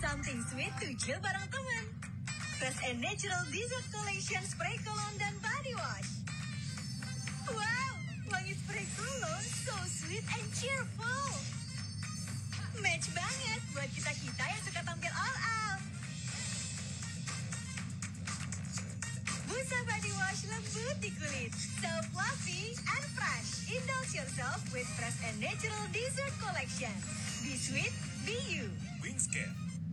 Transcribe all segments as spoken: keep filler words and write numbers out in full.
something sweet to chill bareng teman. Fresh and Natural Dessert Collection Spray Cologne dan Body Wash. Wow, wangi spray cologne so sweet and cheerful. Match banget buat kita-kita yang suka tampil all out. Busa Body Wash lembut di kulit, so fluffy and fresh. Indulge yourself with Fresh and Natural Dessert Collection. Be sweet, be you. Wingscare.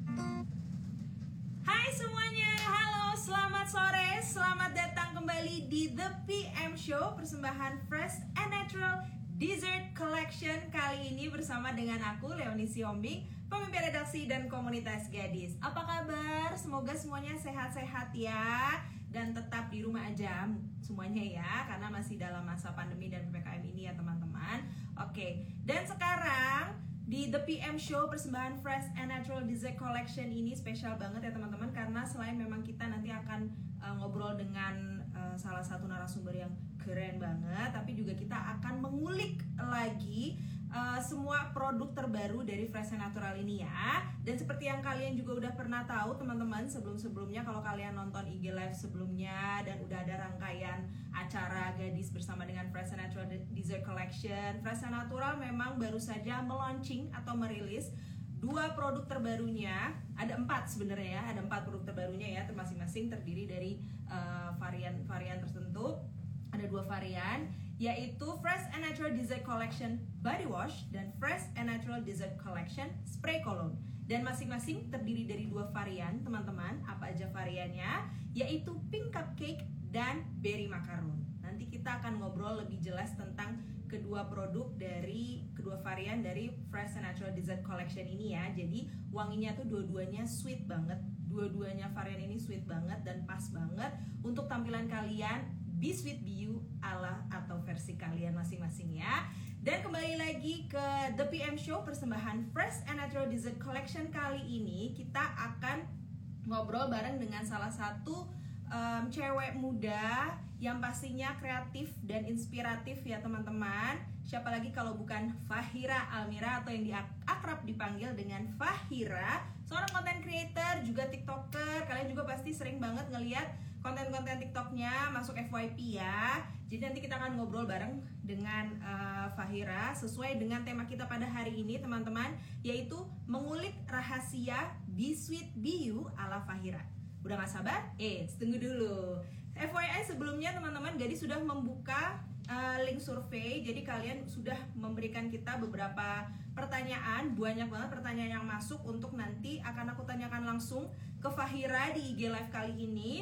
Hai semuanya, halo, selamat sore, selamat datang kembali di The P M Show, persembahan Fresh and Natural Dessert Collection. Kali ini bersama dengan aku, Leonie Siombing, pemimpin redaksi dan komunitas gadis. Apa kabar? Semoga semuanya sehat-sehat ya, dan tetap di rumah aja semuanya ya, karena masih dalam masa pandemi dan P P K M ini ya teman-teman. Oke, dan sekarang di The P M Show persembahan Fresh and Natural Dessert Collection ini spesial banget ya teman-teman, karena selain memang kita nanti akan uh, ngobrol dengan uh, salah satu narasumber yang keren banget, tapi juga kita akan mengulik lagi uh, semua produk terbaru dari Fresh and Natural ini ya. Dan seperti yang kalian juga udah pernah tahu teman-teman sebelum-sebelumnya, kalau kalian nonton I G Live sebelumnya dan udah ada rangkaian acara gadis bersama dengan Fresh and Natural Dessert Collection, Fresh and Natural memang baru saja melaunching atau merilis dua produk terbarunya. Ada empat sebenarnya ya, ada empat produk terbarunya ya, masing-masing terdiri dari uh, varian-varian tertentu. Ada dua varian, yaitu Fresh and Natural Dessert Collection Body Wash dan Fresh and Natural Dessert Collection Spray Cologne. Dan masing-masing terdiri dari dua varian teman-teman. Apa aja variannya? Yaitu Pink Cupcake dan Berry Macaron. Nanti kita akan ngobrol lebih jelas tentang kedua produk dari kedua varian dari Fresh and Natural Dessert Collection ini ya. Jadi wanginya tuh dua-duanya sweet banget. Dua-duanya varian ini sweet banget dan pas banget untuk tampilan kalian. Be sweet, be you ala atau versi kalian masing-masing ya. Dan kembali lagi ke The P M Show persembahan Fresh and Natural Dessert Collection. Kali ini kita akan ngobrol bareng dengan salah satu um, cewek muda yang pastinya kreatif dan inspiratif ya teman-teman. Siapa lagi kalau bukan Fahira Almira, atau yang akrab dipanggil dengan Fahira. Seorang content creator, juga tiktoker. Kalian juga pasti sering banget ngeliat konten-konten TikToknya masuk F Y P ya. Jadi nanti kita akan ngobrol bareng dengan uh, Fahira sesuai dengan tema kita pada hari ini teman-teman, yaitu mengulik rahasia Be Sweet Be You ala Fahira. Udah gak sabar? Eh, tunggu dulu. F Y I sebelumnya teman-teman, Gadis sudah membuka uh, link survei. Jadi kalian sudah memberikan kita beberapa pertanyaan, banyak banget pertanyaan yang masuk untuk nanti akan aku tanyakan langsung ke Fahira di I G Live kali ini.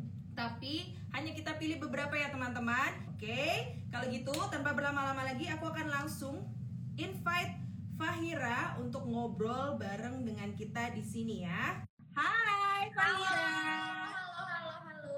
Tapi hanya kita pilih beberapa ya teman-teman. Oke, kalau gitu tanpa berlama-lama lagi aku akan langsung invite Fahira untuk ngobrol bareng dengan kita di sini ya. Hai Fahira. Halo, halo, halo.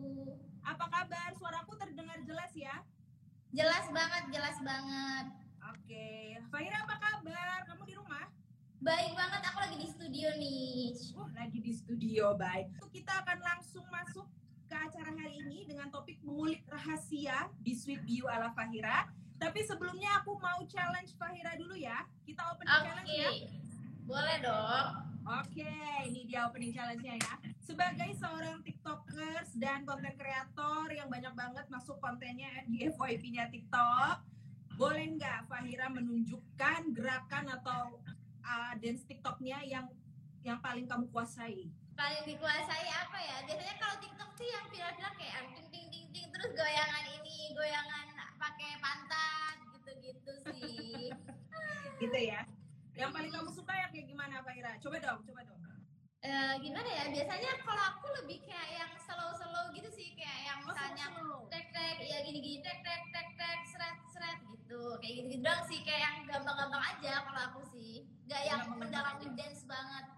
Apa kabar? Suaraku terdengar jelas ya? Jelas banget, jelas banget. Oke, Fahira apa kabar? Kamu di rumah? Baik banget, aku lagi di studio nih. Oh, lagi di studio, baik. Kita akan langsung masuk ke acara hari ini dengan topik mengulik rahasia Be Sweet Be You ala Fahira. Tapi sebelumnya aku mau challenge Fahira dulu ya. Kita opening Oke, challenge ya. boleh dong. Oke, ini dia opening challenge-nya ya. Sebagai seorang tiktokers dan konten kreator yang banyak banget masuk kontennya di F Y P-nya TikTok, boleh nggak Fahira menunjukkan gerakan atau uh, dance TikToknya yang yang paling kamu kuasai? Paling dikuasai apa ya? Biasanya kalau TikTok sih yang viral-viral kayak ting ting ting ting, terus goyangan ini, goyangan pakai pantat gitu-gitu sih. Gitu ya. Yang paling kamu suka ya kayak gimana Fahira? Coba dong, coba dong. Uh, gimana ya? Biasanya kalau aku lebih kayak yang slow-slow gitu sih, kayak yang misalnya Oh, tek-tek, ya gini-gini tek-tek tek-tek seret-seret gitu. Kayak gitu-gitu doang sih, kayak yang gampang-gampang aja kalau aku sih. Gak yang mendalami dance banget.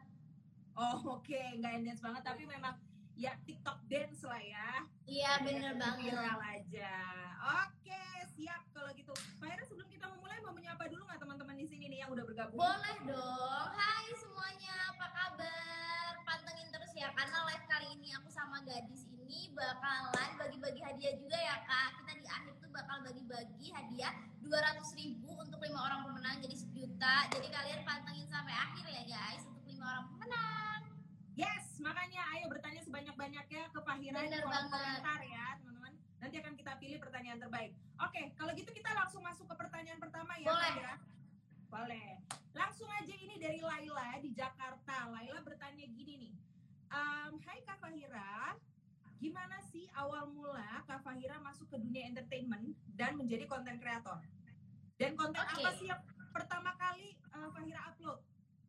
Oh oke, okay. Nggak yang dance banget, tapi memang ya TikTok dance lah ya. Iya bener banget. Viral aja. Oke, siap kalau gitu. Fahira, sebelum kita memulai mau menyapa dulu nggak teman-teman di sini nih yang udah bergabung? Boleh dong. Hai semuanya, apa kabar? Pantengin terus ya, karena live kali ini aku sama gadis ini bakalan bagi-bagi hadiah juga ya kak. Kita di akhir tuh bakal bagi-bagi hadiah dua ratus ribu untuk lima orang pemenang, jadi sejuta. Jadi kalian pantengin sampai akhir ya guys, untuk lima lima orang pemenang. Yes, makanya ayo bertanya sebanyak-banyaknya ke Fahira di Bener kolom banget. komentar ya teman-teman. Nanti akan kita pilih pertanyaan terbaik. Oke, kalau gitu kita langsung masuk ke pertanyaan pertama ya Boleh. Fahira. Boleh. Langsung aja ini dari Laila di Jakarta. Laila bertanya gini nih. Um, Hai Kak Fahira, gimana sih awal mula Kak Fahira masuk ke dunia entertainment dan menjadi konten kreator? Dan konten Oke. apa sih yang pertama kali uh, Fahira upload?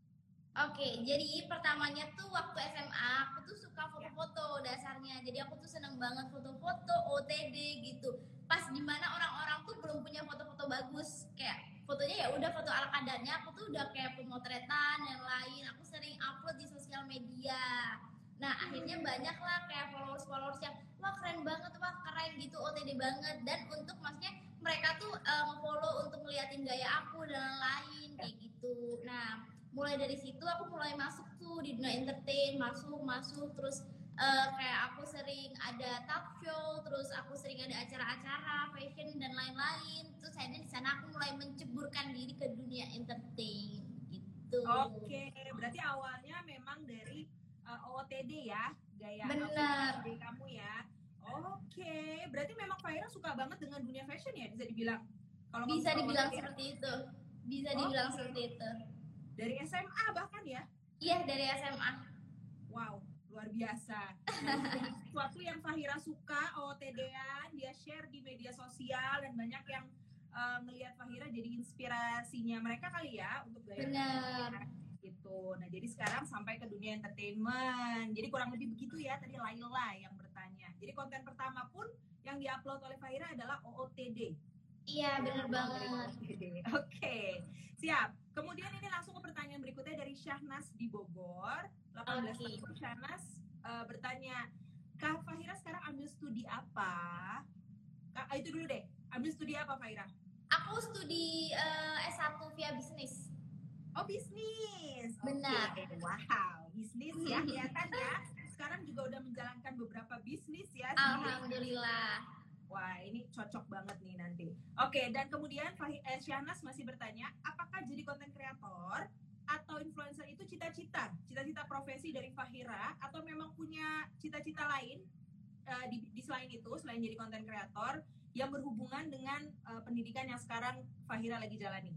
Oke, jadi pertamanya tuh waktu S M A aku tuh suka foto-foto dasarnya. Jadi aku tuh seneng banget foto-foto, O T D gitu. Pas dimana orang-orang tuh belum punya foto-foto bagus, kayak fotonya ya udah foto ala kadarnya. Aku tuh udah kayak pemotretan yang lain. Aku sering upload di sosial media. Nah akhirnya banyak lah kayak followers-followers yang wah keren banget, wah keren gitu, O T D banget. Dan untuk maksudnya mereka tuh uh, nge-follow untuk ngeliatin gaya aku dan lain kayak gitu. Nah mulai dari situ aku mulai masuk tuh di dunia entertain, masuk masuk terus uh, kayak aku sering ada talk show, terus aku sering ada acara-acara fashion dan lain-lain. Terus akhirnya di sana aku mulai menceburkan diri ke dunia entertain gitu. Oke, berarti awalnya memang dari uh, O O T D ya, gaya Benar. dari kamu ya. Oke, berarti memang Fahira suka banget dengan dunia fashion ya, bisa dibilang. Kalau kamu Bisa suka dibilang O O T D, seperti itu. Bisa Oke. dibilang seperti itu. dari S M A bahkan ya. Iya dari S M A. Wow, luar biasa. Nah, sesuatu yang Fahira suka, O O T D-an, dia share di media sosial dan banyak yang uh, ngelihat Fahira jadi inspirasinya mereka kali ya untuk gaya Benar. gitu. Nah, jadi sekarang sampai ke dunia entertainment. Jadi kurang lebih begitu ya tadi Laila yang bertanya. Jadi konten pertama pun yang diupload oleh Fahira adalah O O T D. Iya benar banget. Oke, okay. Siap. Kemudian ini langsung ke pertanyaan berikutnya dari Syahnas di Bogor. delapan belas Oke. tahun. Syahnas uh, bertanya, Kak Fahira sekarang ambil studi apa? Kak, ah, itu dulu deh. Ambil studi apa Fahira? Aku studi uh, S satu via bisnis. Oh bisnis. Benar. Okay. Wow, bisnis ya kelihatan ya. Sekarang juga udah menjalankan beberapa bisnis ya. Alhamdulillah. Wah, ini cocok banget nih nanti. Oke, dan kemudian eh, Syahnas masih bertanya, apakah jadi konten kreator atau influencer itu cita-cita, cita-cita profesi dari Fahira, atau memang punya cita-cita lain uh, di, di selain itu, selain jadi konten kreator, yang berhubungan dengan uh, pendidikan yang sekarang Fahira lagi jalani?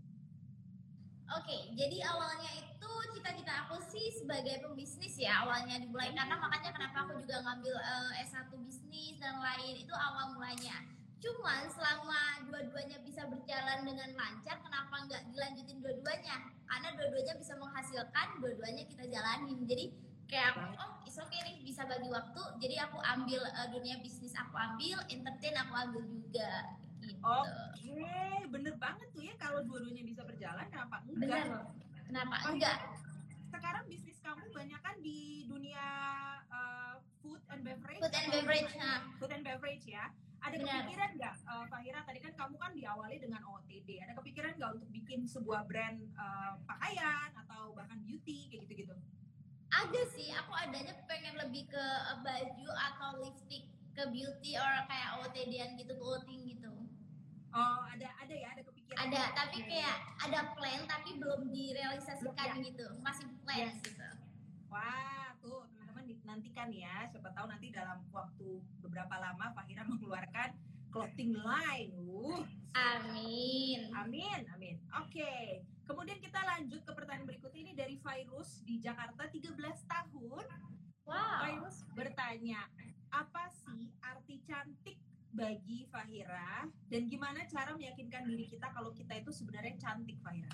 Oke, jadi awalnya itu cita-cita aku sih sebagai pembisnis ya awalnya dimulai karena makanya kenapa aku juga ngambil uh, S satu bisnis dan lain itu awal mulanya. Cuman selama dua-duanya bisa berjalan dengan lancar, kenapa nggak dilanjutin dua-duanya? Karena dua-duanya bisa menghasilkan, dua-duanya kita jalanin. Jadi kayak aku, oh is okay nih bisa bagi waktu. Jadi aku ambil uh, dunia bisnis aku ambil, entertain aku ambil juga. Gitu. Oke, bener banget tuh ya kalau dua-duanya bisa berjalan, kenapa enggak? Bener, kenapa oh, enggak? Sekarang bisnis kamu banyak kan di dunia uh, food and beverage. Food and beverage, nah. Food and beverage ya. Ada Bener. kepikiran nggak, uh, Fahira? Tadi kan kamu kan diawali dengan O O T D. Ada kepikiran nggak untuk bikin sebuah brand uh, pakaian atau bahkan beauty kayak gitu-gitu? Ada sih, aku adanya pengen lebih ke baju atau lipstick, ke beauty or kayak O O T D-an gitu, clothing gitu. Oh, ada ada ya, ada kepikiran. Ada, tapi kayak ada plan tapi belum direalisasikan ya. gitu. Masih plan yes. gitu. Wah, tuh teman-teman nantikan ya. Siapa tahu nanti dalam waktu beberapa lama Fahira mengeluarkan clothing line. Uh. Amin. Amin, amin. Oke. Okay. Kemudian kita lanjut ke pertanyaan berikutnya ini dari Virus di Jakarta, tiga belas tahun. Wow. Virus bertanya, apa sih arti cantik bagi Fahira dan gimana cara meyakinkan diri kita kalau kita itu sebenarnya cantik, Fahira?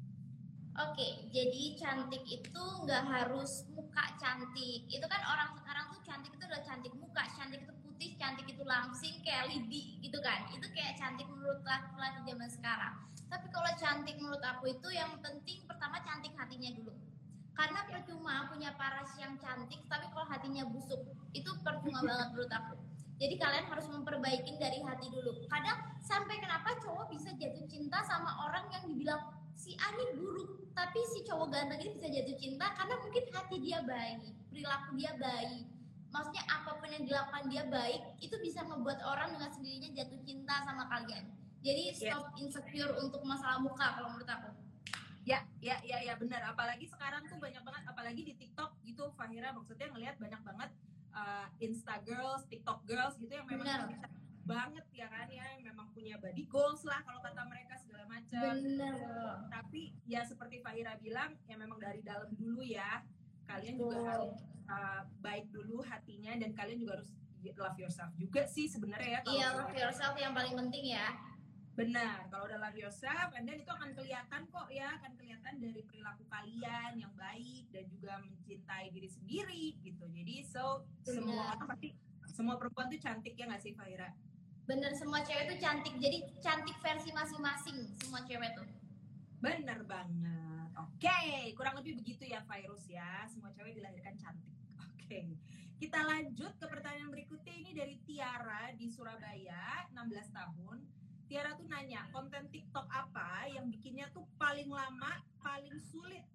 Oke, jadi cantik itu nggak harus muka cantik. Itu kan orang sekarang tuh cantik itu udah cantik muka, cantik itu putih, cantik itu langsing kayak Lidi gitu kan. Itu kayak cantik menurut laki-laki zaman sekarang. Tapi kalau cantik menurut aku itu yang penting pertama cantik hatinya dulu. Karena percuma punya paras yang cantik tapi kalau hatinya busuk, itu percuma banget menurut aku. Jadi kalian harus memperbaiki dari hati dulu. Kadang sampai kenapa cowok bisa jatuh cinta sama orang yang dibilang si Ani buruk, tapi si cowok ganteng ini bisa jatuh cinta karena mungkin hati dia baik, perilaku dia baik. Maksudnya apapun yang dilakukan dia baik, itu bisa membuat orang dengan sendirinya jatuh cinta sama kalian. Jadi stop insecure untuk masalah muka kalau menurut aku. Ya, ya, ya, ya benar. Apalagi sekarang tuh banyak banget, apalagi di TikTok gitu, Fahira maksudnya ngelihat banyak banget uh, Insta girls, TikTok girls gitu yang memang Bener. bisa banget ya kan ya, yang memang punya body goals lah kalau kata mereka segala macam. Bener. Tapi ya seperti Fahira bilang, ya memang dari dalam dulu ya. Kalian Betul. juga harus uh, baik dulu hatinya dan kalian juga harus love yourself juga sih sebenarnya ya. Kalau Iya, love yourself yang paling penting ya. benar, kalau udah love yourself, and then itu akan kelihatan kok ya, akan kelihatan dari perilaku kalian yang baik dan juga mencintai diri sendiri gitu. Jadi so Benar. semua orang pasti, semua perempuan tuh cantik ya nggak sih Fahira? Bener, semua cewek tuh cantik. Jadi cantik versi masing-masing semua cewek tuh. Bener banget. Oke, kurang lebih begitu ya Virus ya. Semua cewek dilahirkan cantik. Oke, kita lanjut ke pertanyaan berikutnya. Ini dari Tiara di Surabaya, enam belas tahun. Tiara tuh nanya, konten TikTok apa yang bikinnya tuh paling lama, paling sulit?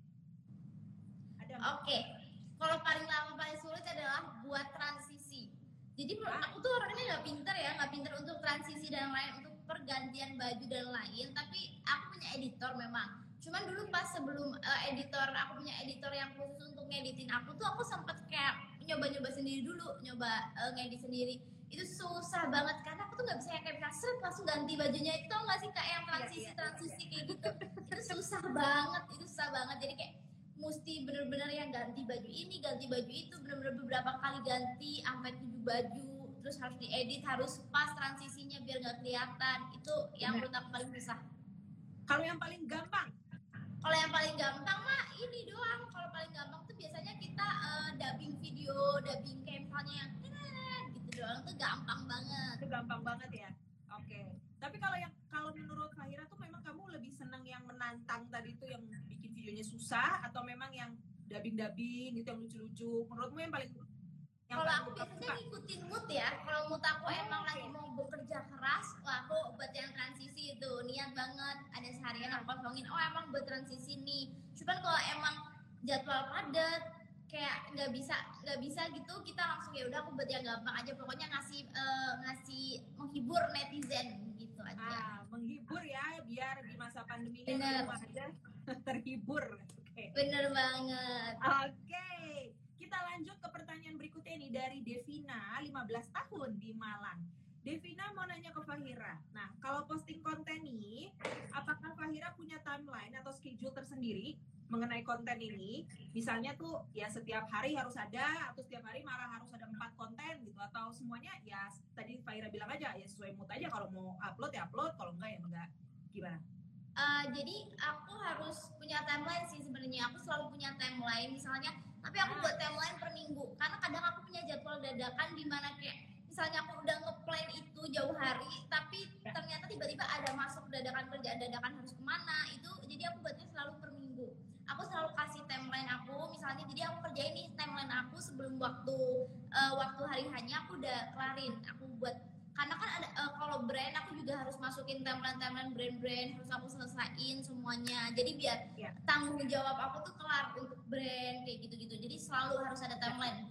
Ada nggak? Oke, kalau paling lama paling sulit adalah buat transisi. Jadi menurut Ah. aku tuh orangnya nggak pinter ya, nggak pinter untuk transisi dan lain, untuk pergantian baju dan lain. Tapi aku punya editor memang. Cuman dulu pas sebelum uh, editor, aku punya editor yang khusus untuk ngeditin aku tuh, aku sempet kayak nyoba-nyoba sendiri dulu, nyoba uh, ngedit sendiri. Itu susah banget karena aku tuh nggak bisa yang kayak bisa seret langsung ganti bajunya. Itu tau nggak sih kak yang transisi transisi kayak gitu? Itu susah banget, itu susah banget. Jadi kayak mesti bener-bener yang ganti baju ini, ganti baju itu, bener-bener beberapa kali ganti sampai tujuh baju, terus harus diedit, harus pas transisinya biar nggak kelihatan. Itu yang menurut aku paling susah. Kalau yang paling gampang? Kalau yang paling gampang mah ini doang. Kalau paling gampang tuh biasanya kita uh, dubbing video, dubbing kayak misalnya yang gitu doang tuh gampang banget. Itu gampang banget ya. Oke. Tapi kalau yang kalau menurut Fahira tuh memang kamu lebih senang yang menantang tadi itu yang bikin videonya susah atau memang yang dubbing-dubbing gitu yang lucu-lucu? Menurutmu yang paling yang kalau paling aku biasanya suka? ngikutin mood ya. Kalau mood aku Oh, emang oke. lagi mau bekerja keras, wah aku buat yang transisi itu niat banget. Ada seharian aku kosongin, oh emang buat transisi nih. Cuman kalau emang jadwal padat, kayak nggak bisa nggak bisa gitu, kita langsung ya udah aku buat yang gampang aja. Pokoknya ngasih uh, ngasih menghibur netizen gitu aja. Ah, menghibur ya biar di masa pandemi ini Bener. rumah aja terhibur. Oke. Bener banget. Oke. Kita lanjut ke pertanyaan berikutnya nih dari Devina, lima belas tahun di Malang. Devina mau nanya ke Fahira. Nah, kalau posting konten nih, apakah Fahira punya timeline atau schedule tersendiri mengenai konten ini? Misalnya tuh ya setiap hari harus ada, atau setiap hari malah harus ada empat konten gitu, atau semuanya ya tadi Fahira bilang aja ya sesuai mood aja, kalau mau upload ya upload, kalau enggak ya enggak. Gimana? Uh, jadi aku harus punya timeline sih sebenarnya. Aku selalu punya timeline misalnya, tapi aku buat timeline per minggu karena kadang aku punya jadwal dadakan di mana kayak misalnya aku udah ngeplan itu jauh hari, tapi ternyata tiba-tiba ada masuk dadakan kerjaan dadakan harus kemana itu. Jadi aku buatnya selalu per minggu. Aku selalu kasih timeline aku, misalnya jadi aku kerjain nih timeline aku sebelum waktu uh, waktu hari hanya aku udah kelarin. Aku buat karena kan ada uh, kalau brand aku juga harus masukin timeline-timeline brand-brand, harus aku selesaiin semuanya. Jadi biar ya. tanggung jawab aku tuh kelar untuk brand kayak gitu-gitu. Jadi selalu harus ada timeline.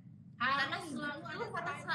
Karena selalu harus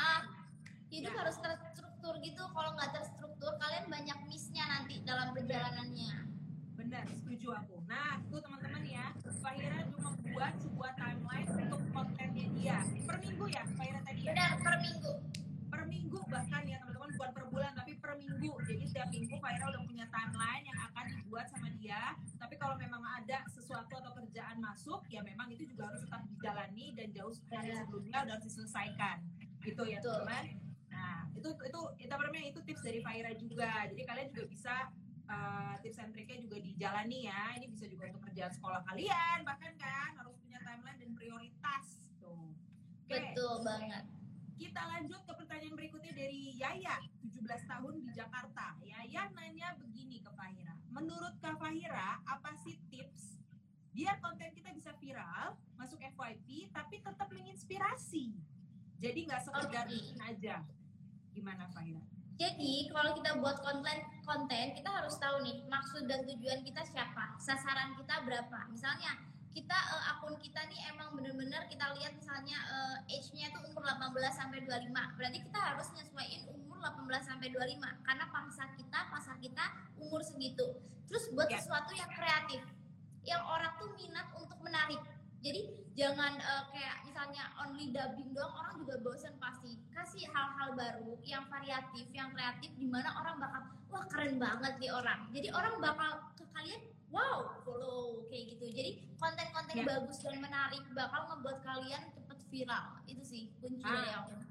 hidup ya. harus terstruktur gitu. Kalau nggak terstruktur, kalian banyak miss-nya nanti dalam perjalanannya. Benar, setuju aku. Nah, itu teman-teman ya, Fahira cuma membuat sebuah timeline untuk kontennya dia. Per minggu ya, Fahira tadi ya? Benar, per minggu. Per minggu bahkan ya teman-teman, bukan per bulan tapi per minggu. Jadi setiap minggu Fahira udah punya timeline yang akan dibuat sama dia. Tapi kalau memang ada sesuatu atau kerjaan masuk, ya memang itu juga harus tetap dijalani dan jauh hari sebelumnya udah harus diselesaikan. Gitu ya teman-teman. Nah, itu itu itu namanya itu tips dari Fahira juga. Jadi kalian juga bisa uh, tips and triknya juga dijalani ya. Ini bisa juga untuk kerjaan sekolah kalian, bahkan kan harus punya timeline dan prioritas tuh. Okay. Betul banget. Kita lanjut ke pertanyaan berikutnya dari Yaya, tujuh belas tahun di Jakarta. Yaya nanya begini ke Fahira. Menurut Kak Fahira, apa sih tips biar konten kita bisa viral, masuk F Y P, tapi tetap menginspirasi? Jadi nggak sekedar bikin okay. aja. Gimana Fahira? Jadi kalau kita buat konten konten kita harus tahu nih maksud dan tujuan kita siapa, sasaran kita berapa. Misalnya kita uh, akun kita nih emang bener-bener kita lihat misalnya uh, age-nya itu umur delapan belas sampai dua puluh lima. Berarti kita harus nyesuaiin umur delapan belas sampai dua puluh lima karena pangsa kita, pasar kita umur segitu. Terus buat Ya. sesuatu yang kreatif, yang orang tuh minat untuk menarik. Jadi jangan uh, kayak misalnya only dubbing doang, orang juga bosen pasti. Kasih hal-hal baru yang variatif, yang kreatif, dimana orang bakal wah keren banget nih orang. Jadi orang bakal ke kalian wow follow kayak gitu. Jadi konten-konten Ya. bagus dan menarik bakal ngebuat kalian cepet viral. Itu sih kunci Ah. dari aku.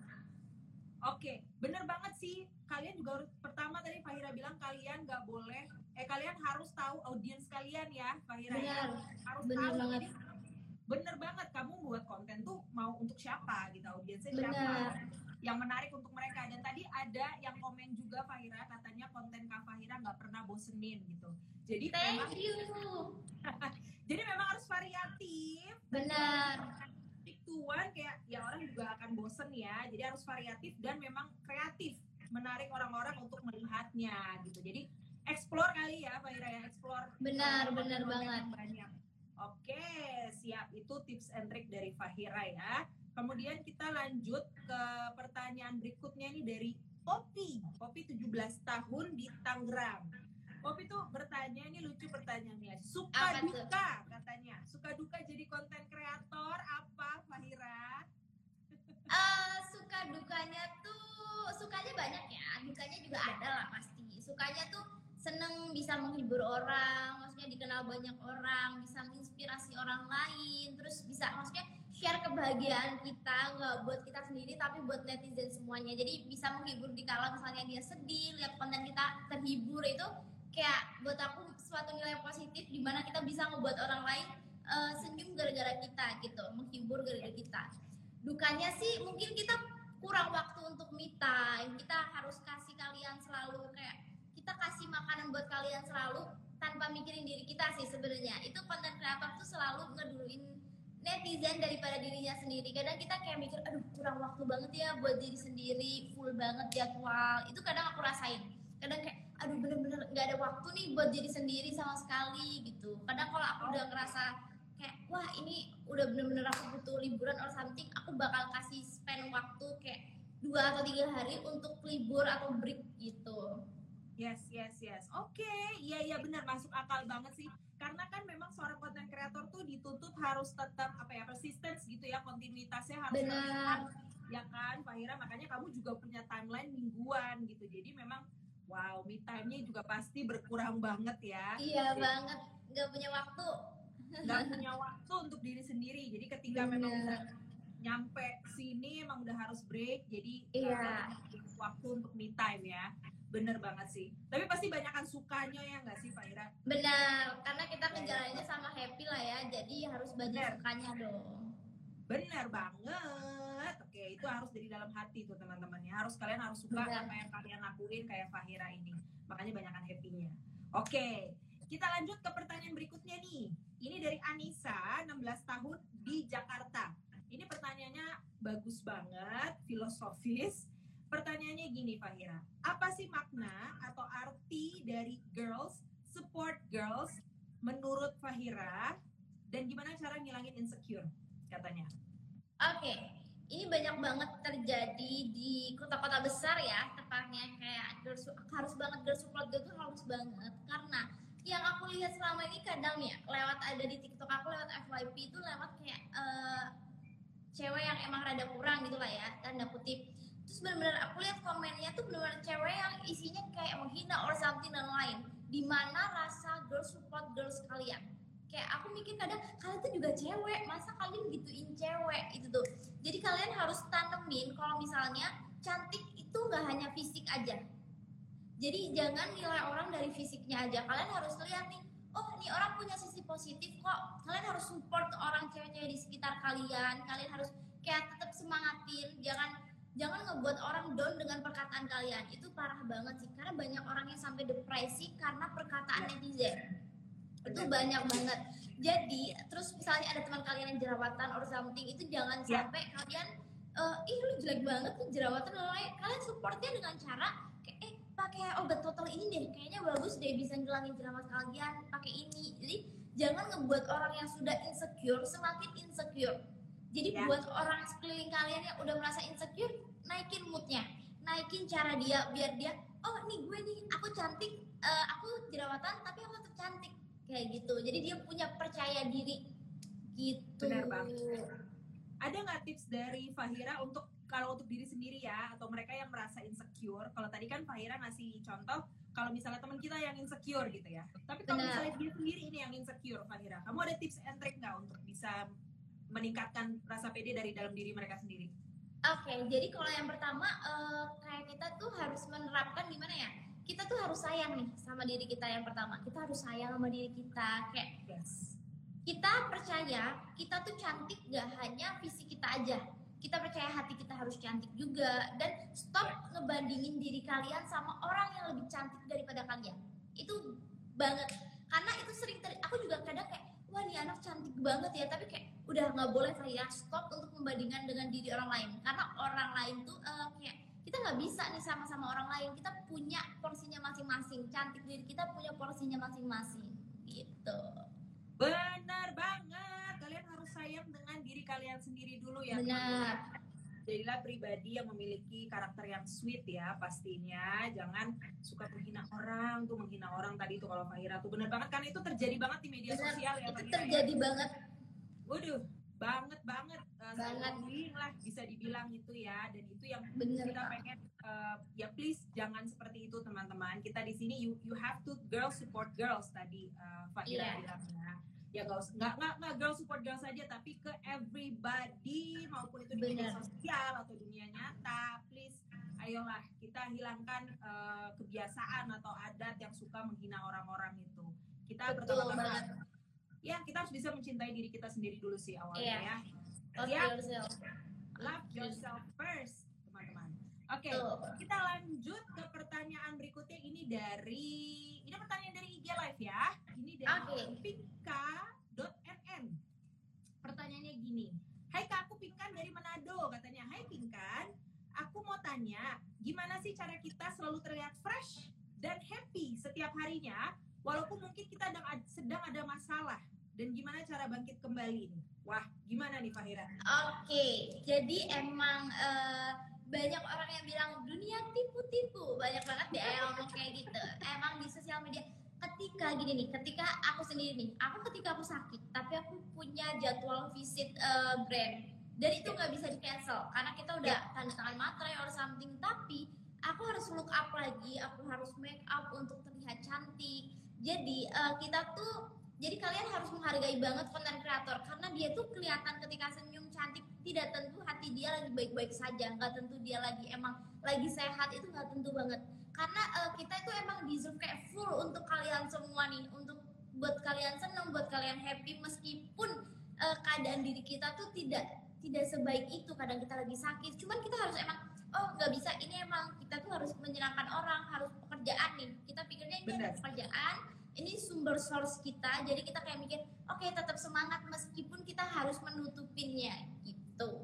Oke, bener banget sih. Kalian juga harus, pertama tadi Fahira bilang kalian nggak boleh, eh kalian harus tahu audiens kalian ya, Fahira ya. Benar, Harus benar tahu. banget. Jadi, bener banget, kamu buat konten tuh mau untuk siapa gitu, audiensnya siapa, Benar. yang menarik untuk mereka. Dan tadi ada yang komen juga Fahira, katanya konten Kak Fahira nggak pernah bosenin gitu. Jadi memang, Thank you. jadi memang harus variatif. Benar. Tuan kayak ya orang juga akan bosen ya, jadi harus variatif dan memang kreatif, menarik orang-orang untuk melihatnya gitu. Jadi explore kali ya Fahira ya, explore. Benar, uh, benar konten banget. yang banyak. Oke, siap, itu tips and trick dari Fahira ya. Kemudian kita lanjut ke pertanyaan berikutnya nih dari Poppy. Poppy tujuh belas tahun di Tangerang. Poppy tuh bertanya, ini lucu pertanyaannya. Suka Apa tuh? duka katanya. Suka duka jadi konten kreator apa Fahira? Eh, suka dukanya tuh, sukanya banyak ya, dukanya juga ada lah pasti. Sukanya tuh seneng bisa menghibur orang, maksudnya dikenal banyak orang, bisa menginspirasi orang lain, terus bisa maksudnya share kebahagiaan kita, nggak buat kita sendiri tapi buat netizen semuanya. Jadi bisa menghibur di kala misalnya dia sedih, lihat konten kita terhibur, itu kayak buat aku suatu nilai positif di mana kita bisa ngebuat orang lain uh, senyum gara-gara kita gitu, menghibur gara-gara kita. Dukanya sih mungkin kita kurang waktu untuk me time, kita harus kasih kalian selalu kayak kita kasih makanan buat kalian selalu tanpa mikirin diri kita sih sebenarnya. Itu konten kreator tuh selalu ngeduluin netizen daripada dirinya sendiri. Kadang kita kayak mikir, aduh kurang waktu banget ya buat diri sendiri, full banget jadwal. Itu kadang aku rasain. Kadang kayak, aduh bener-bener gak ada waktu nih buat diri sendiri sama sekali gitu. Kadang kalau aku udah ngerasa kayak, wah ini udah bener-bener aku butuh liburan or something, aku bakal kasih spend waktu kayak dua atau tiga hari untuk libur atau break gitu. Yes, yes, yes. Oke, iya iya benar, masuk akal banget sih. Karena kan memang seorang konten kreator tuh dituntut harus tetap apa ya, persistence gitu ya, kontinuitasnya harus Benar. terlihat, ya kan, Fahira. Makanya kamu juga punya timeline mingguan gitu. Jadi memang wow, me time-nya juga pasti berkurang banget ya. Iya Jadi, banget, nggak punya waktu. nggak punya waktu untuk diri sendiri. Jadi ketika Bener. memang udah nyampe sini emang udah harus break. Jadi Iya. uh, waktu untuk me time ya. Bener banget sih. Tapi pasti banyakan sukanya ya nggak sih Fahira? Benar, karena kita ngejalaninnya sama happy lah ya, jadi harus banyak Bener. sukanya dong. Bener banget. Oke, itu harus dari dalam hati tuh teman-teman ya. Harus kalian harus suka Bener. apa yang kalian lakuin kayak Fahira ini. Makanya banyakan happy-nya. Oke, kita lanjut ke pertanyaan berikutnya nih. Ini dari Anissa, enam belas tahun di Jakarta. Ini pertanyaannya bagus banget, filosofis. Pertanyaannya gini Fahira, apa sih makna atau arti dari girls support girls menurut Fahira, dan gimana cara ngilangin insecure katanya? Oke, ini banyak banget terjadi di kota-kota besar ya, tepatnya kayak girls, harus banget girls support girl tuh harus banget, karena yang aku lihat selama ini kadang ya lewat ada di TikTok aku lewat F Y P itu lewat kayak uh, cewek yang emang rada kurang gitu lah ya, tanda kutip. Terus benar-benar aku lihat komennya tuh benar-benar cewek yang isinya kayak menghina or something dan lain. Dimana rasa girls support girls kalian? Kayak aku mikir kadang kalian tuh juga cewek, masa kalian gituin cewek itu tuh. Jadi kalian harus tanemin kalau misalnya cantik itu nggak hanya fisik aja. Jadi jangan nilai orang dari fisiknya aja. Kalian harus lihat nih, oh nih orang punya sisi positif kok. Kalian harus support orang cewek-cewek di sekitar kalian. Kalian harus kayak tetap semangatin, jangan jangan ngebuat orang down dengan perkataan kalian. Itu parah banget sih, karena banyak orang yang sampai depresi karena perkataan netizen. Itu banyak banget. Jadi terus misalnya ada teman kalian yang jerawatan or something, itu jangan Ya. sampai kalian uh, ih lu jelek banget tuh jerawatan dan lain. Kalian supportnya dengan cara kayak eh pakai obat total ini deh, kayaknya bagus deh bisa ngilangin jerawat kalian, pakai ini. Jadi jangan ngebuat orang yang sudah insecure semakin insecure. Jadi Ya. buat orang sekeliling kalian yang udah merasa insecure, naikin moodnya, naikin cara dia biar dia, oh nih gue nih, aku cantik, uh, aku jerawatan tapi aku tetap kayak gitu. Jadi dia punya percaya diri gitu. Benar banget. Ada nggak tips dari Fahira untuk kalau untuk diri sendiri ya, atau mereka yang merasa insecure? Kalau tadi kan Fahira ngasih contoh kalau misalnya teman kita yang insecure gitu ya. Tapi kalau Benar. misalnya dia sendiri ini yang insecure, Fahira, kamu ada tips and trick nggak untuk bisa meningkatkan rasa pede dari dalam diri mereka sendiri? Oke, jadi kalau yang pertama eh, kayak kita tuh harus menerapkan gimana ya? Kita tuh harus sayang nih sama diri kita yang pertama. Kita harus sayang sama diri kita. Kayak Yes. kita percaya kita tuh cantik gak hanya fisik kita aja. Kita percaya hati kita harus cantik juga. Dan stop ngebandingin diri kalian sama orang yang lebih cantik daripada kalian. Itu banget. Karena itu sering ter... aku juga kadang kayak, wah nih anak cantik banget ya. Tapi kayak udah gak boleh Fahira, stop untuk membandingkan dengan diri orang lain. Karena orang lain tuh uh, kayak kita nggak bisa nih sama-sama orang lain. Kita punya porsinya masing-masing. Cantik diri kita punya porsinya masing-masing. Gitu. Benar banget. Kalian harus sayang dengan diri kalian sendiri dulu ya. Benar. Jadilah pribadi yang memiliki karakter yang sweet ya pastinya. Jangan suka menghina orang tuh, menghina orang tadi tuh kalau Fahira tuh benar banget kan, itu terjadi banget di media Benar. sosial ya. Itu Fahira, terjadi ya? banget. Waduh, banget banget. Uh, Banget. bullying lah bisa dibilang itu ya. Dan itu yang Bener, kita Kak. pengen uh, ya please jangan seperti itu teman-teman. Kita di sini you you have to girls support girls tadi uh, Fahira Iya. bilangnya. Ya nggak us- nggak nggak nggak girl support girl saja, tapi ke everybody maupun itu di media Benar. sosial atau dunia nyata. Please, ayolah kita hilangkan uh, kebiasaan atau adat yang suka menghina orang-orang itu. Kita Betul pertama-tama banget. ya kita harus bisa mencintai diri kita sendiri dulu sih awalnya Iya. ya. Love Ya, yourself. love yourself first, teman-teman. Oke, Tuh. kita lanjut ke pertanyaan berikutnya. Ini dari ini pertanyaan dari I G Live ya. Ini dari Oke. pinka dot n n. Pertanyaannya gini. Hai Kak, aku Pinkan dari Manado. Katanya, hai Pinkan, aku mau tanya, gimana sih cara kita selalu terlihat fresh dan happy setiap harinya, walaupun mungkin kita sedang, sedang ada masalah, dan gimana cara bangkit kembali nih? Wah, gimana nih Fahira? Oke, jadi emang eh, banyak orang yang bilang dunia tipu-tipu, banyak banget deh yang ngomong kayak gitu. Emang di sosial media, ketika gini nih, ketika aku sendiri nih, aku ketika aku sakit, tapi aku punya jadwal visit eh, brand, dan itu nggak bisa di cancel karena kita udah tanda tangan materai or something. Tapi aku harus look up lagi, aku harus make up untuk terlihat cantik. Jadi eh, kita tuh Jadi kalian harus menghargai banget konten kreator karena dia tuh kelihatan ketika senyum cantik, tidak tentu hati dia lagi baik-baik saja, nggak tentu dia lagi emang lagi sehat, itu nggak tentu banget. Karena uh, kita itu emang deserve kayak full untuk kalian semua nih, untuk buat kalian seneng, buat kalian happy meskipun uh, keadaan diri kita tuh tidak tidak sebaik itu. Kadang kita lagi sakit, cuman kita harus emang oh nggak bisa, ini emang kita tuh harus menyenangkan orang, harus pekerjaan nih. Kita pikirnya ini Benar. ada pekerjaan, ini sumber source kita, jadi kita kayak mikir oke okay, tetap semangat meskipun kita harus menutupinnya gitu.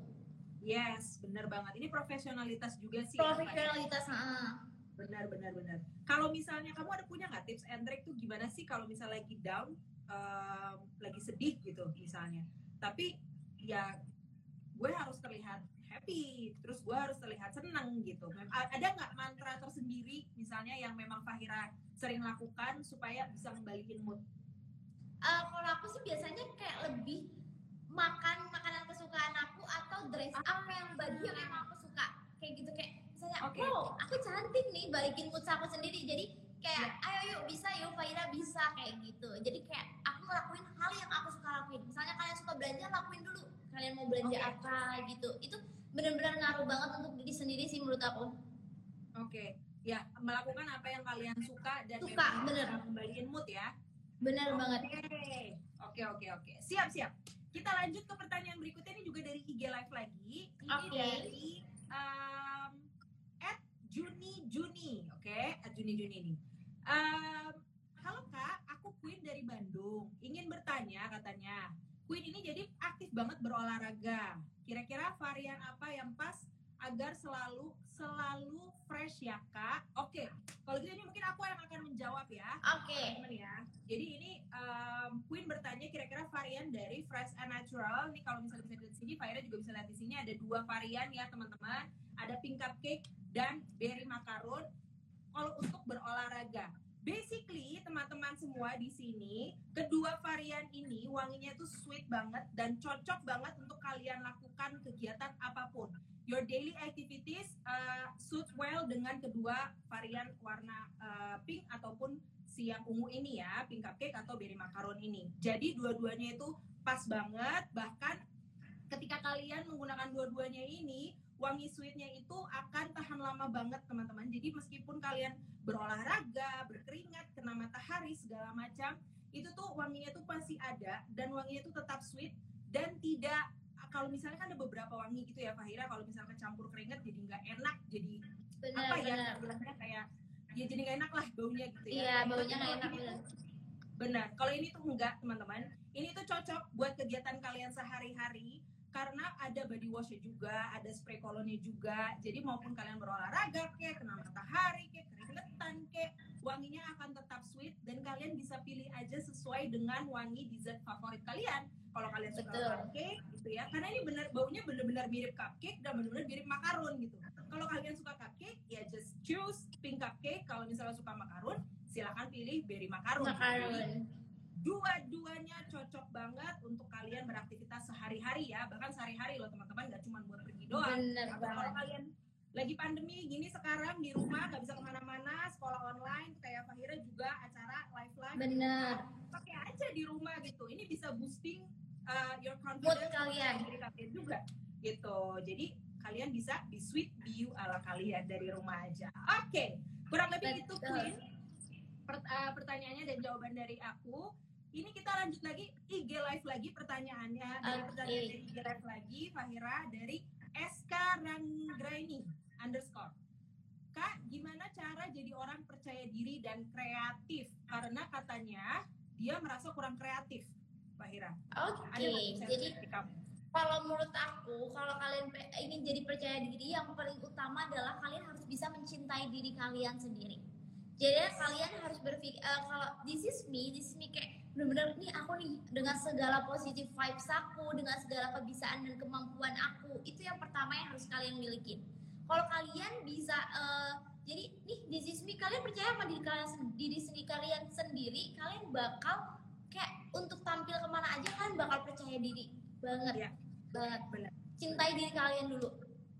Yes, benar banget. Ini profesionalitas juga sih. Profesionalitas, ah. Benar, benar, benar. Kalau misalnya kamu ada punya nggak tips and trick tuh gimana sih kalau misalnya lagi down, um, lagi sedih gitu misalnya. Tapi ya gue harus terlihat happy, terus gue harus terlihat senang gitu. Mem- a- Ada nggak mantra tersendiri misalnya yang memang Fahira sering lakukan supaya bisa ngembaliin mood? Uh, kalau aku sih biasanya kayak lebih makan makanan kesukaan aku atau dress up yang baju yang emang aku suka, kayak gitu. Kayak misalnya Oke. oh aku cantik nih, balikin mood aku sendiri. Jadi kayak ayo yuk bisa yuk Fahira bisa, kayak gitu. Jadi kayak aku ngelakuin hal yang aku suka lakuin. Misalnya kalian suka belanja, lakuin dulu kalian mau belanja Oke. apa gitu. Itu benar-benar ngaruh banget untuk diri sendiri sih menurut aku. Oke, ya melakukan apa yang kalian suka dan Suka, memang bener. bisa ngembaliin mood ya. Benar banget. Oke, oke, oke. Siap, siap. Kita lanjut ke pertanyaan berikutnya, ini juga dari I G Live lagi. Ini Oke. dari um, at Juni Juni, oke? At Juni Juni nih. Um, Halo Kak, aku Queen dari Bandung. Ingin bertanya katanya, Queen ini jadi aktif banget berolahraga. Kira-kira varian apa yang pas agar selalu selalu fresh ya Kak? Oke, kalau gitu ini mungkin aku yang akan menjawab ya. Oke. Teman-teman ya. Jadi ini um, Queen bertanya kira-kira varian dari Fresh and Natural. Ini kalau misalnya bisa lihat di sini, Fahira juga bisa lihat di sini ada dua varian ya teman-teman. Ada pink cupcake dan berry macaron. Kalau untuk berolahraga. Basically, teman-teman semua di sini, kedua varian ini wanginya tuh sweet banget dan cocok banget untuk kalian lakukan kegiatan apapun. Your daily activities uh, suit well dengan kedua varian warna uh, pink ataupun si yang ungu ini ya, pink cupcake atau berry macaron ini. Jadi dua-duanya itu pas banget, bahkan ketika kalian menggunakan dua-duanya ini, wangi sweetnya itu akan tahan lama banget teman-teman. Jadi meskipun kalian berolahraga, berkeringat, kena matahari segala macam, itu tuh wanginya tuh pasti ada dan wanginya tuh tetap sweet dan tidak, kalau misalnya kan ada beberapa wangi gitu ya Fahira, kalau misalnya campur keringat jadi nggak enak, jadi Benar, apa ya benar. bilangnya kayak ya jadi nggak enak lah baunya gitu ya. Iya, baunya nggak Kalau enak, ini benar. tuh- Benar. Kalau ini tuh enggak teman-teman. Ini tuh cocok buat kegiatan kalian sehari-hari. Karena ada body wash juga, ada spray cologne juga. Jadi maupun kalian berolahraga kek, kena matahari kek, keringetan kek, wanginya akan tetap sweet dan kalian bisa pilih aja sesuai dengan wangi dessert favorit kalian. Kalau kalian suka Betul. cupcake gitu ya. Karena ini benar baunya benar-benar mirip cupcake dan benar-benar mirip makaron gitu. Kalau kalian suka cupcake ya just choose pink cupcake. Kalau misalnya suka makaron, silakan pilih berry makaron. Jadi, Makaron. dua-duanya cocok banget untuk kalian beraktivitas sehari-hari ya, bahkan sehari-hari loh teman-teman, nggak cuma buat pergi doang. Bener Atau kalau banget. kalian lagi pandemi gini sekarang di rumah nggak bisa kemana-mana, sekolah online kayak Fahira juga acara live live, Bener. pakai aja di rumah gitu. Ini bisa boosting uh, your confidence Mood kalian. diri kalian juga gitu. Jadi kalian bisa be sweet be you ala kalian dari rumah aja. Oke, kurang lebih itu Betul. Queen. Per- uh, pertanyaannya dan jawaban dari aku. Ini kita lanjut lagi I G live lagi pertanyaannya dari Oke. pertanyaan dari I G live lagi Fahira dari S K Ranggraini underscore. Kak, gimana cara jadi orang percaya diri dan kreatif? Karena katanya dia merasa kurang kreatif, Fahira. Oke, Ada nggak tips jadi dari kamu? kalau menurut aku, kalau kalian pe- ingin jadi percaya diri, yang paling utama adalah kalian harus bisa mencintai diri kalian sendiri. Jadi kalian harus berpikir, eh, kalau this is me, this is me kayak bener-bener nih aku nih dengan segala positive vibes aku, dengan segala kebisaan dan kemampuan aku, itu yang pertama yang harus kalian miliki. Kalau kalian bisa, eh, jadi nih this is me, kalian percaya sama diri kalian, sen- diri sendiri kalian sendiri, kalian bakal kayak untuk tampil kemana aja kalian bakal percaya diri banget, Iya. banget. Benar. Cintai diri kalian dulu.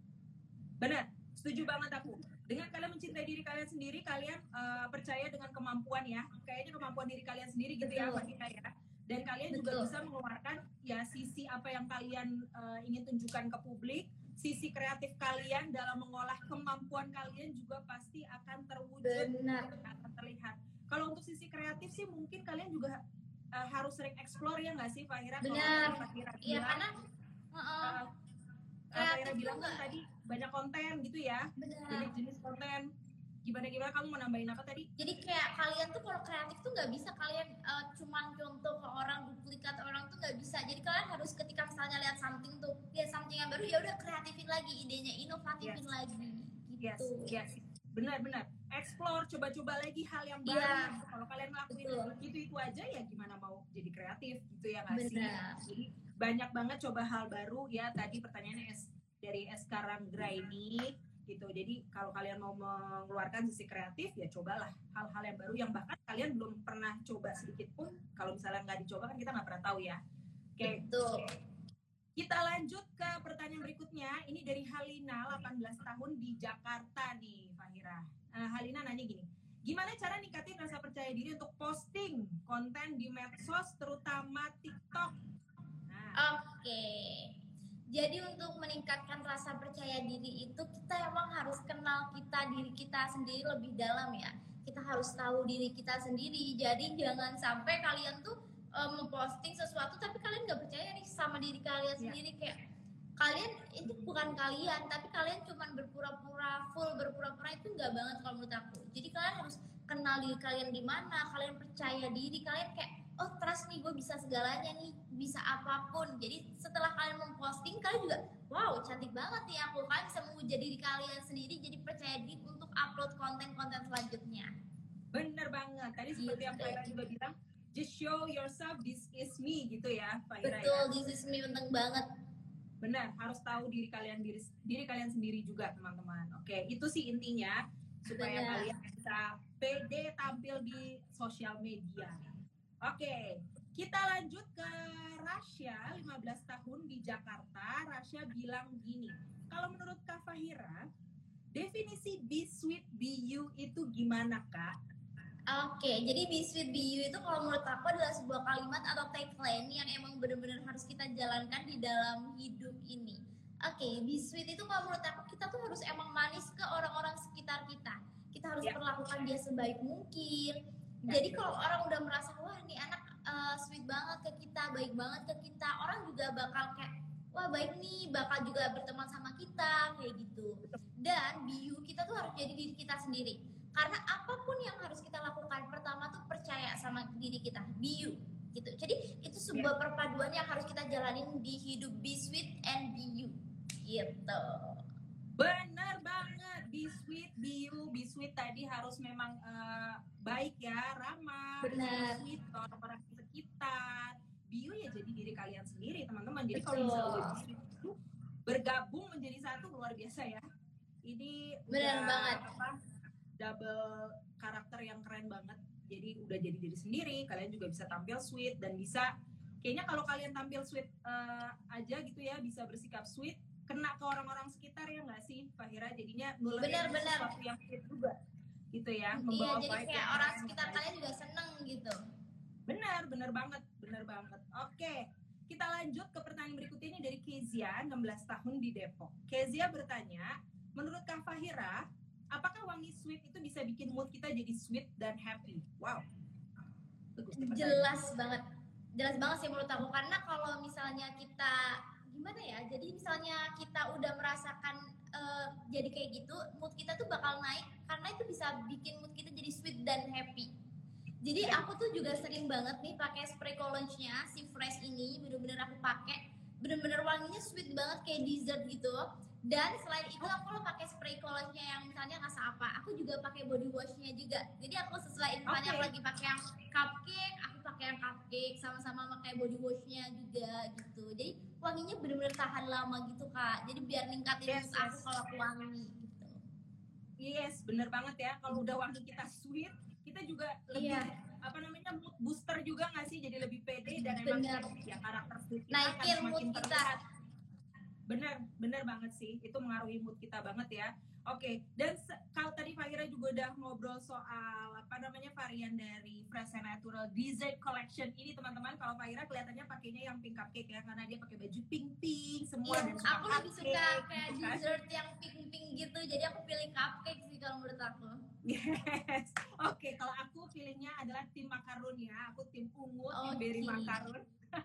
Benar, setuju banget aku. Dengan kalian mencintai diri kalian sendiri, kalian uh, percaya dengan kemampuan ya. Kayaknya kemampuan diri kalian sendiri gitu ya, Betul. Fahira ya. Dan kalian juga Betul. bisa mengeluarkan ya sisi apa yang kalian uh, ingin tunjukkan ke publik, sisi kreatif kalian dalam mengolah kemampuan kalian juga pasti akan terwujud, Benar. akan terlihat. Kalau untuk sisi kreatif sih mungkin kalian juga uh, harus sering explore ya nggak sih, Fahira? Kalau Benar. tadi Fahira Iya bilang, karena uh-uh, uh, kreatif Fahira tuh bilang kan nggak- tadi banyak konten gitu ya. benar. Jenis-jenis konten. Gimana-gimana kamu mau nambahin apa tadi? Jadi kayak kalian tuh kalau kreatif tuh nggak bisa kalian uh, cuman contoh ke orang, duplikat orang tuh nggak bisa. Jadi kalian harus ketika misalnya lihat something tuh, lihat something yang baru ya udah kreatifin lagi idenya, inovatifin Yes. lagi Yes, gitu. yes. Benar-benar. Explore, coba-coba lagi hal yang baru. Iya. Kalau kalian ngelakuin Betul. itu-itu aja ya gimana mau jadi kreatif gitu ya nggak sih? Benar. Jadi banyak banget coba hal baru ya. Tadi pertanyaannya S, dari S Karanggraini gitu. Jadi kalau kalian mau mengeluarkan sisi kreatif ya cobalah hal-hal yang baru yang bahkan kalian belum pernah coba sedikit pun. Kalau misalnya nggak dicoba kan kita nggak pernah tahu ya. Oke. Betul. Kita lanjut ke pertanyaan berikutnya. Ini dari Halina, delapan belas tahun di Jakarta nih, Fahira. Uh, Halina nanya gini, gimana cara ningkatin rasa percaya diri untuk posting konten di medsos, terutama TikTok? Nah, Oke. Jadi untuk meningkatkan rasa percaya diri itu kita emang harus kenal kita diri kita sendiri lebih dalam ya. Kita harus tahu diri kita sendiri. Jadi jangan sampai kalian tuh um, memposting sesuatu tapi kalian nggak percaya nih sama diri kalian Iya. sendiri, kayak kalian itu bukan kalian tapi kalian cuman berpura-pura full, berpura-pura itu nggak banget kalau menurut aku. Jadi kalian harus kenal diri kalian di mana, kalian percaya diri, kalian kayak oh trust nih gue bisa segalanya nih, bisa apapun. Jadi setelah kalian memposting kalian juga wow cantik banget nih aku, kalian bisa memuja diri kalian sendiri, jadi percaya diri untuk upload konten-konten selanjutnya. bener banget. Tadi seperti yang Gitu. Fahira juga bilang, just show yourself, this is me gitu ya, Fahira Betul, ya. this is me, penting banget. Benar, harus tahu diri kalian diri, diri kalian sendiri juga teman-teman. Oke, itu sih intinya supaya Benar. kalian bisa pede tampil di sosial media. Oke, kita lanjut ke Rasya, lima belas tahun di Jakarta. Rasya bilang gini, kalau menurut Kak Fahira, definisi be sweet be you itu gimana, Kak? Oke, jadi Be Sweet Be You itu kalau menurut aku adalah sebuah kalimat atau tagline yang emang benar-benar harus kita jalankan di dalam hidup ini. Oke, Be Sweet itu kalau menurut aku kita tuh harus emang manis ke orang-orang sekitar kita. Kita harus Ya. perlakukan dia sebaik mungkin. Ya. Jadi kalau orang udah merasa wah ini anak uh, sweet banget ke kita, baik banget ke kita, orang juga bakal kayak wah baik nih, bakal juga berteman sama kita kayak gitu. Dan Be You kita tuh harus jadi diri kita sendiri. Karena apapun yang harus kita lakukan, pertama tuh percaya sama diri kita, be you gitu. Jadi itu sebuah perpaduan yang harus kita jalanin di hidup, be sweet and be you gitu. Bener banget, be sweet, be you, be sweet tadi harus memang uh, baik ya, ramah, Bener. sweet ke orang-orang sekitar. Be you ya jadi diri kalian sendiri teman-teman. Jadi kalau misalnya be sweet itu bergabung menjadi satu luar biasa ya. Ini bener udah, banget. Apa, double karakter yang keren banget. Jadi udah jadi diri sendiri, kalian juga bisa tampil sweet dan bisa kayaknya kalau kalian tampil sweet uh, aja gitu ya, bisa bersikap sweet, kena ke orang-orang sekitar ya nggak sih, Fahira? Jadinya nulerin sesuatu yang sweet juga, gitu ya. Iya, jadi kayak orang sekitar kalian juga seneng gitu. Benar, benar banget, benar banget. Oke, kita lanjut ke pertanyaan berikutnya ini dari Kezia, enam belas tahun di Depok. Kezia bertanya, menurut Kak Fahira, apakah wangi sweet itu bisa bikin mood kita jadi sweet dan happy? Wow. Jelas banget. Jelas banget sih menurut aku. Karena kalau misalnya kita, gimana ya, jadi misalnya kita udah merasakan uh, jadi kayak gitu, mood kita tuh bakal naik. Karena itu bisa bikin mood kita jadi sweet dan happy. Jadi aku tuh juga sering banget nih pakai spray cologne-nya, si Fresh ini. Bener-bener aku pakai. Bener-bener wanginya sweet banget kayak dessert gitu. Dan selain itu aku lo pakai spray cologne-nya yang misalnya rasa apa, aku juga pakai body wash-nya juga. Jadi aku sesuai misalnya okay. lagi pakai yang cupcake, aku pakai yang cupcake sama-sama pakai body wash-nya juga gitu. Jadi wanginya bener-bener tahan lama gitu Kak. Jadi biar ningkatin yes, mood yes. aku kalau aku wangi gitu. Yes, bener banget ya. Kalau udah wangi kita sweet, kita juga lebih yeah. apa namanya mood booster juga nggak sih? Jadi lebih pede dan bener. emang ya karakter sweet kita naikin kan mood kita. Terlihat. Bener, bener banget sih. Itu mengaruhi mood kita banget ya. Oke, dan kalau tadi Fahira juga udah ngobrol soal apa namanya varian dari Fresh and Natural Dessert Collection ini teman-teman. Kalau Fahira kelihatannya pakainya yang pink cupcake ya, karena dia pakai baju pink-pink semua. Iya, dan aku lebih suka kayak dessert yang pink-pink gitu. Jadi aku pilih cupcake sih kalau menurut aku. Yes. Oke, kalau aku pilihnya adalah tim macaron ya. Aku tim ungu, okay. tim berry macaron.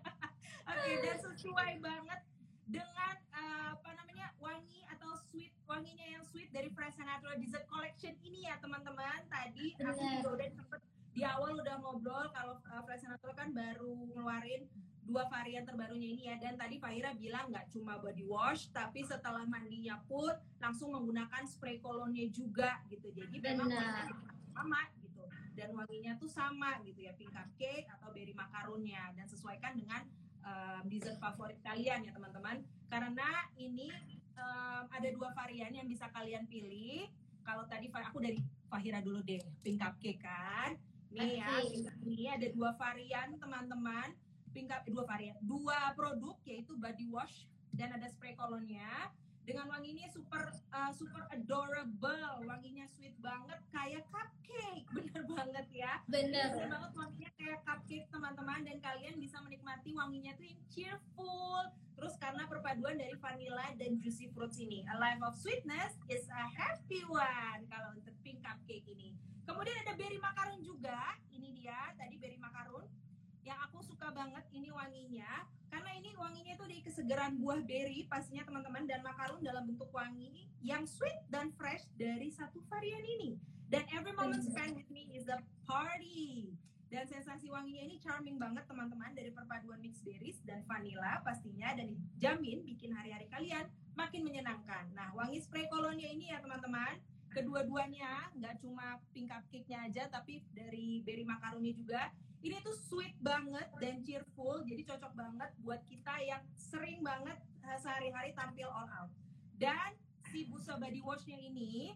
Oke, dan sesuai banget dengan uh, apa namanya wangi atau sweet wanginya yang sweet dari Fresh and Natural Dessert Collection ini ya teman-teman. Tadi aku juga udah sempet di awal udah ngobrol kalau uh, Fresh and Natural kan baru ngeluarin dua varian terbarunya ini ya. Dan tadi Fahira bilang nggak cuma body wash, tapi setelah mandinya pun langsung menggunakan spray cologne-nya juga gitu. Jadi memang sama gitu. Dan wanginya tuh sama gitu ya, pink cupcake atau berry macaronnya, dan sesuaikan dengan Um, dessert favorit kalian ya teman-teman, karena ini um, ada dua varian yang bisa kalian pilih. Kalau tadi aku dari Fahira dulu deh, pink cupcake kan nih okay. ya, ini ada dua varian teman-teman, pink cup, dua varian dua produk yaitu body wash dan ada spray cologne-nya dengan wanginya super uh, super adorable, wanginya sweet banget kayak cupcake, bener banget ya, bener, bener banget wanginya kayak cupcake teman-teman, dan kalian bisa menikmati wanginya tuh yang cheerful, terus karena perpaduan dari vanilla dan juicy fruits ini, a life of sweetness is a happy one kalau untuk pink cupcake ini. Kemudian ada berry macaron juga, ini dia tadi berry macaron yang aku suka banget ini wanginya, karena ini wanginya itu dari kesegaran buah berry pastinya teman-teman, dan macaron dalam bentuk wangi yang sweet dan fresh dari satu varian ini. Dan every moment spent with me is a party. Dan sensasi wanginya ini charming banget teman-teman, dari perpaduan mixed berries dan vanilla pastinya, dan dijamin bikin hari-hari kalian makin menyenangkan. Nah, wangi spray cologne-nya ini ya teman-teman, kedua-duanya nggak cuma pink cupcake-nya aja, tapi dari berry macaronnya juga. Ini tuh sweet banget dan cheerful, jadi cocok banget buat kita yang sering banget sehari-hari tampil all out. Dan si Busa Body Wash-nya ini,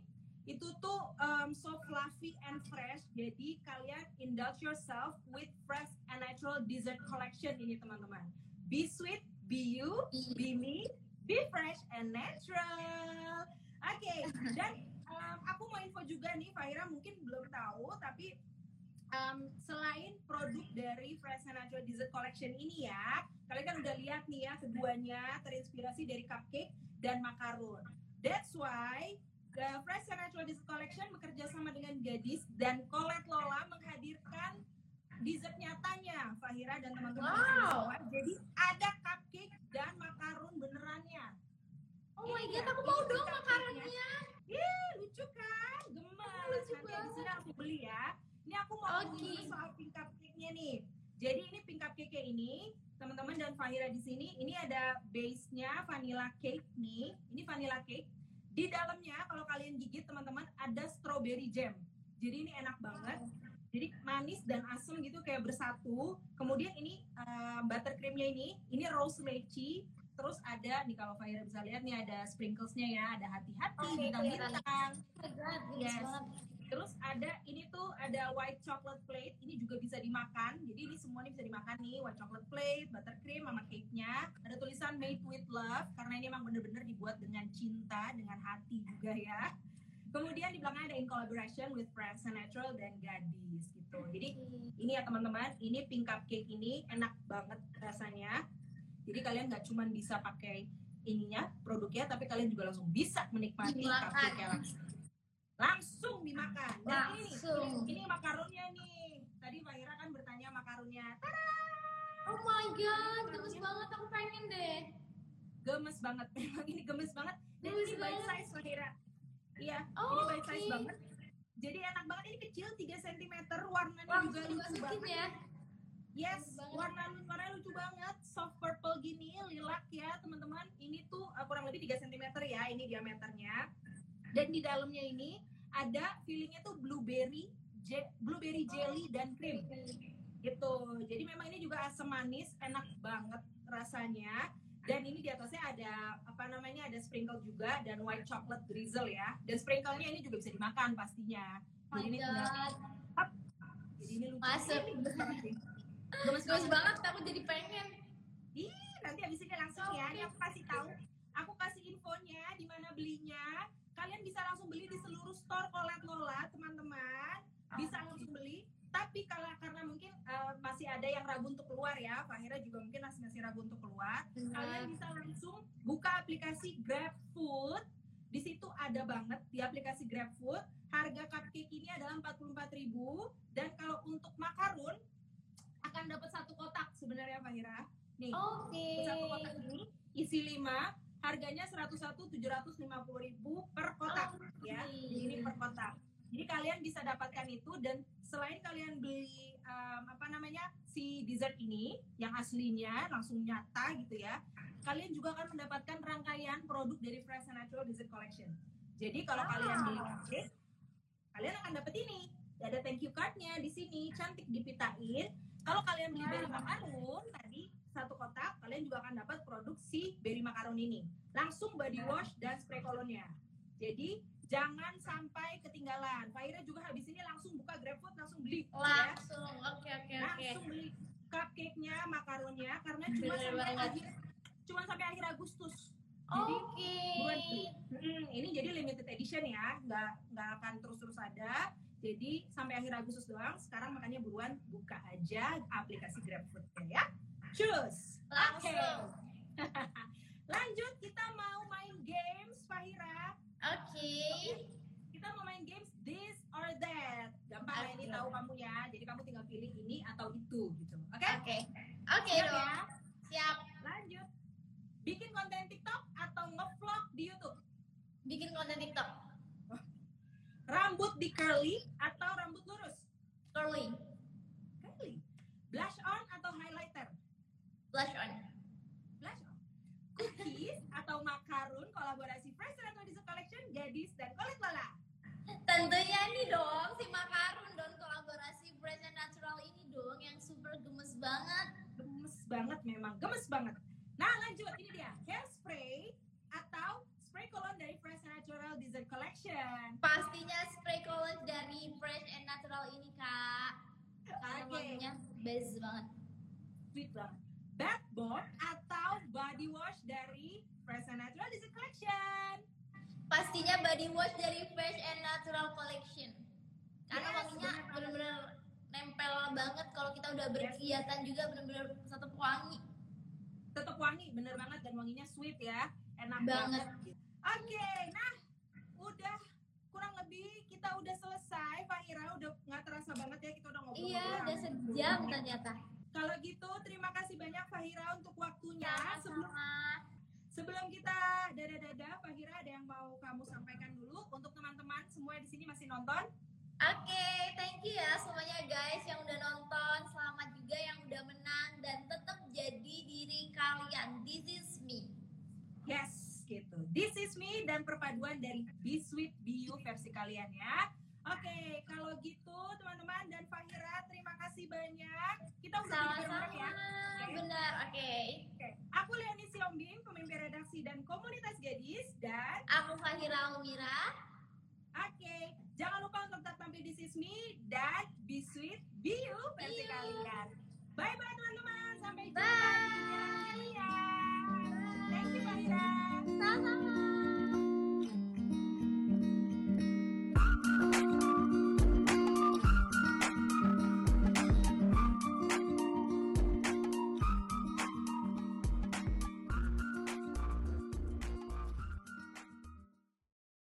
itu tuh um, so fluffy and fresh. Jadi kalian indulge yourself with fresh and natural dessert collection ini teman-teman. Be sweet, be you, be me, be fresh and natural. Oke, okay. Dan um, aku mau info juga nih, Fahira mungkin belum tahu, tapi um, selain produk dari Fresh and Natural Dessert Collection ini ya, kalian kan udah lihat nih ya, keduanya terinspirasi dari cupcake dan macaron. That's why the Fresh and Natural Dessert Collection bekerja sama dengan Gadis dan Colette Lola menghadirkan dessert nyatanya, Fahira dan teman-teman wow. semua. Jadi ada cupcake dan macaron benerannya. Oh my god, aku mau dong makaronnya. Ih, lucu kan? Gemes. Lucu Nanti banget. di sini aku beli ya. Ini aku mau Oke. ngomongin soal pink cupcake-nya nih. Jadi ini pink cupcake ini, teman-teman dan Fahira di sini, ini ada base-nya vanilla cake nih. Ini vanilla cake. Di dalamnya kalau kalian gigit teman-teman ada strawberry jam. Jadi ini enak banget. Jadi manis dan asam gitu kayak bersatu. Kemudian ini uh, buttercreamnya ini, ini rose lychee. Terus ada nih kalau Fahira bisa lihat nih ada sprinkles-nya ya, ada hati-hati, Oke, bintang-bintang. Oh my god, Yes. yes. banget. Terus ada ini tuh ada white chocolate plate, ini juga bisa dimakan. Jadi ini semua ini bisa dimakan nih, white chocolate plate, buttercream sama cake-nya. Ada tulisan made with love karena ini emang bener-bener dibuat dengan cinta, dengan hati juga ya. Kemudian di belakangnya ada in collaboration with Fresh and Natural dan Gadis gitu. Jadi ini ya teman-teman, ini pink cupcake ini enak banget rasanya. Jadi kalian nggak cuma bisa pakai ininya produknya, tapi kalian juga langsung bisa menikmati Dimakan. cupcake-nya langsung. Langsung dimakan. Dan Langsung. ini, ini makaronnya nih. Tadi Fahira kan bertanya makaronnya. Tada! Oh my god, gemes banget, aku pengen deh. Gemes banget. Memang ini gemes banget. Dan Gemes ini bite banget. size Fahira. Iya, Oh, ini bite size oke. banget. Jadi enak banget. Ini kecil tiga sentimeter, warnanya Wah, juga aku lucu dimasukin banget. ya. Yes, Bagus banget. warna warnanya lucu banget, soft purple gini, lilac ya teman-teman. Ini tuh uh, kurang lebih tiga sentimeter ya, ini diameternya. Dan di dalamnya ini ada fillingnya tuh blueberry, je- blueberry jelly dan cream gitu. Jadi memang ini juga asam manis, enak banget rasanya. Dan ini di atasnya ada apa namanya, ada sprinkle juga dan white chocolate drizzle ya. Dan sprinkle-nya ini juga bisa dimakan pastinya. Oh Jadi my ini tinggal god, jadi ini lucu. Masuk. Ini gemes banget sih. Gemes gemes banget, aku jadi pengen. Ih, nanti abis ini langsung ya, ini aku kasih tahu, aku kasih infonya di mana belinya. Kalian bisa langsung beli di seluruh store Colette Lola, teman-teman. Bisa langsung beli. Tapi kalau karena mungkin uh, masih ada yang ragu untuk keluar ya, Fahira juga mungkin masih masih ragu untuk keluar. Kalian bisa langsung buka aplikasi GrabFood. Di situ ada banget di aplikasi GrabFood. Harga cupcake ini adalah empat puluh empat ribu. Dan kalau untuk macaron akan dapat satu kotak sebenarnya Fahira. Nih, Oke. satu kotak ini isi lima, harganya seratus satu tujuh ratus lima puluh ribu per kotak Oke. ya. Ini per kotak. Jadi kalian bisa dapatkan itu, dan selain kalian beli um, apa namanya si dessert ini yang aslinya langsung nyata gitu ya, kalian juga akan mendapatkan rangkaian produk dari Fresh and Natural Dessert Collection. Jadi kalau Wow. kalian beli cupcake, kalian akan dapat ini. Ada thank you card-nya di sini, cantik dipitain. Kalau kalian beli berry macaron tadi satu kotak, kalian juga akan dapat produk si berry macaron ini. Langsung body wash dan spray cologne-nya. Jadi jangan sampai ketinggalan. Fahira juga habis ini langsung buka GrabFood, langsung beli. Langsung, oke oke Ya. oke. Langsung beli cupcake-nya, makaronnya, karena cuma Bener sampai banget. akhir, cuma sampai akhir Agustus. Jadi Oke. buruan beli. Hmm, ini jadi limited edition ya, nggak nggak akan terus-terus ada. Jadi sampai akhir Agustus doang. Sekarang makanya buruan buka aja aplikasi GrabFood-nya ya. Cus. Oke. Langsung. Lanjut, kita mau main games, Fahira. Oke. Kita mau main games this or that. Gampang ya, ini Oke. tahu kamu ya. Jadi kamu tinggal pilih ini atau itu gitu. Oke? Oke. Oke Siap dong. ya. Siap. Lanjut. Bikin konten TikTok atau nge-vlog di YouTube? Bikin konten TikTok. Rambut di curly atau rambut lurus? Curly. Curly. Blush on atau highlighter? Blush on. Blush on. Cookies atau macaron kolaborasi Fresh and Natural Dessert Collection, Gadis dan Colette Lola? Tentunya nih dong, si macaron dong, kolaborasi Fresh and Natural ini dong yang super gemes banget. Gemes banget memang, gemes banget. Nah lanjut, ini dia, hairspray atau spray cologne dari Fresh and Natural Dessert Collection. Pastinya spray cologne dari Fresh and Natural ini kak. Karena Oke. wanginya best banget. Sweet banget. Bath bomb atau body wash dari Fresh and Natural Dessert Collection. Pastinya body wash dari Fresh and Natural Collection. Karena Yes, wanginya benar. bener-bener nempel banget kalau kita udah berkegiatan juga bener-bener tetap wangi. Tetap wangi, bener banget, dan wanginya sweet ya, enak Banget. banget. Oke, nah udah kurang lebih kita udah selesai, Fahira, udah nggak terasa banget ya kita udah ngobrol. Iya, udah sejam ternyata. Kalau gitu terima kasih banyak Fahira untuk waktunya. Sebelum Sama-sama. sebelum kita dadah-dadah, Fahira ada yang mau kamu sampaikan dulu untuk teman-teman semua di sini masih nonton? Oke, thank you ya semuanya guys yang udah nonton. Selamat juga yang udah menang dan tetap jadi diri kalian. This is me. Yes, gitu. This is me dan perpaduan dari Be Sweet Be You versi kalian ya. Oke, kalau gitu teman-teman dan Fahira terima kasih banyak. Kita udah bikin Sama-sama. bareng ya. Oke. Benar, oke. Oke. Aku Leonie Siombing, pemimpin redaksi dan komunitas gadis, dan Aku Fahira Umira. oke, jangan lupa untuk tetap tampil di Sismi dan Be Sweet Be You versi Be You. kalian. Bye bye teman-teman, sampai jumpa Bye. di video kalian. Thank you Fahira. Sama-sama.